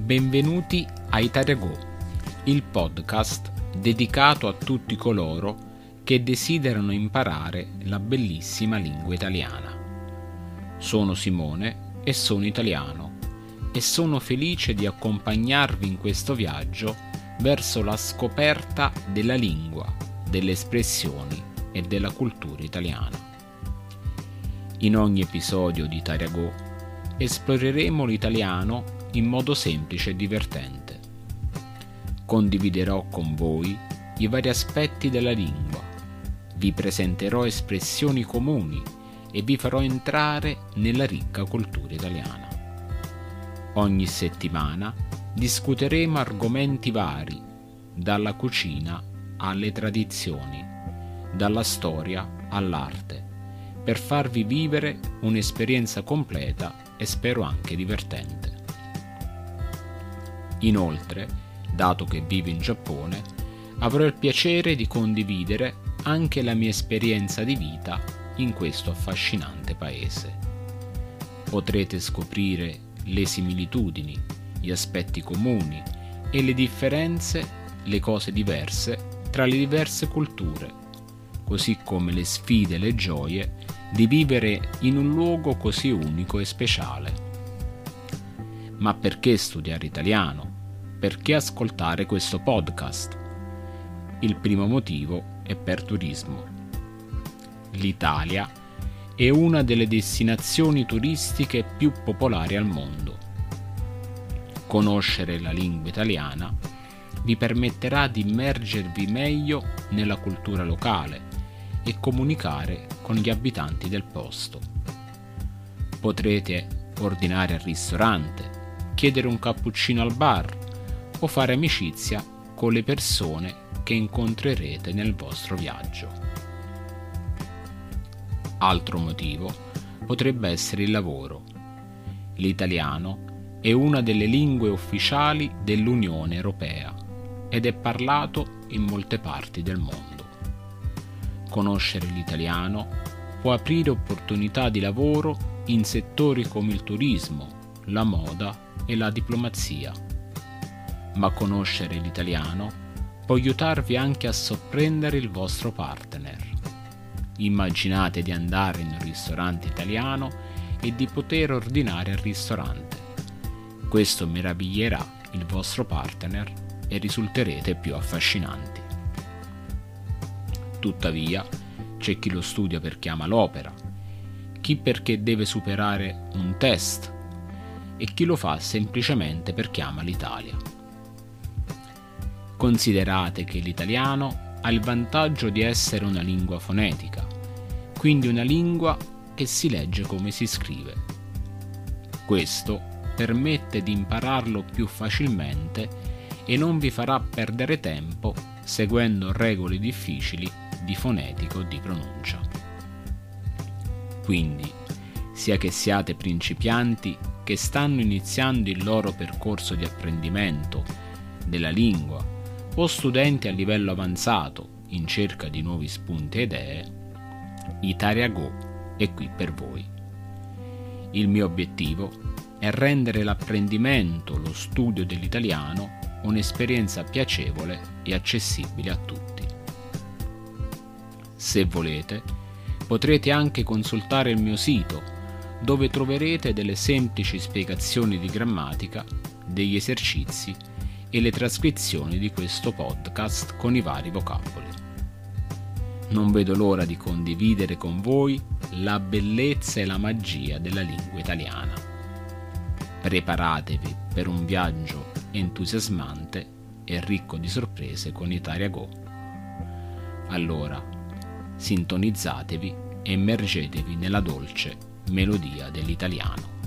Benvenuti a Italia Go, il podcast dedicato a tutti coloro che desiderano imparare la bellissima lingua italiana. Sono Simone e sono italiano e sono felice di accompagnarvi in questo viaggio verso la scoperta della lingua, delle espressioni e della cultura italiana. In ogni episodio di Italia Go esploreremo l'italiano in modo semplice e divertente. Condividerò con voi i vari aspetti della lingua, vi presenterò espressioni comuni e vi farò entrare nella ricca cultura italiana. Ogni settimana discuteremo argomenti vari, dalla cucina alle tradizioni, dalla storia all'arte, per farvi vivere un'esperienza completa e spero anche divertente. Inoltre, dato che vivo in Giappone, avrò il piacere di condividere anche la mia esperienza di vita in questo affascinante paese. Potrete scoprire le similitudini, gli aspetti comuni e le differenze, le cose diverse tra le diverse culture, così come le sfide e le gioie di vivere in un luogo così unico e speciale. Ma perché studiare italiano? Perché ascoltare questo podcast? Il primo motivo è per turismo. L'Italia è una delle destinazioni turistiche più popolari al mondo. Conoscere la lingua italiana vi permetterà di immergervi meglio nella cultura locale e comunicare con gli abitanti del posto. Potrete ordinare al ristorante, chiedere un cappuccino al bar o fare amicizia con le persone che incontrerete nel vostro viaggio. Altro motivo potrebbe essere il lavoro. L'italiano è una delle lingue ufficiali dell'Unione Europea ed è parlato in molte parti del mondo. Conoscere l'italiano può aprire opportunità di lavoro in settori come il turismo, la moda e la diplomazia. Ma conoscere l'italiano può aiutarvi anche a sorprendere il vostro partner. Immaginate di andare in un ristorante italiano e di poter ordinare al ristorante. Questo meraviglierà il vostro partner e risulterete più affascinanti. Tuttavia, c'è chi lo studia perché ama l'opera, chi perché deve superare un test e chi lo fa semplicemente perché ama l'Italia. Considerate che l'italiano ha il vantaggio di essere una lingua fonetica, quindi una lingua che si legge come si scrive. Questo permette di impararlo più facilmente e non vi farà perdere tempo seguendo regole difficili di fonetica o di pronuncia. Quindi, sia che siate principianti che stanno iniziando il loro percorso di apprendimento della lingua o studenti a livello avanzato in cerca di nuovi spunti e idee, Italia Go è qui per voi. Il mio obiettivo è rendere l'apprendimento, lo studio dell'italiano un'esperienza piacevole e accessibile a tutti. Se volete, potrete anche consultare il mio sito, dove troverete delle semplici spiegazioni di grammatica, degli esercizi e le trascrizioni di questo podcast con i vari vocaboli. Non vedo l'ora di condividere con voi la bellezza e la magia della lingua italiana. Preparatevi per un viaggio entusiasmante e ricco di sorprese con Italia Go. Allora, sintonizzatevi e immergetevi nella dolce melodia dell'italiano.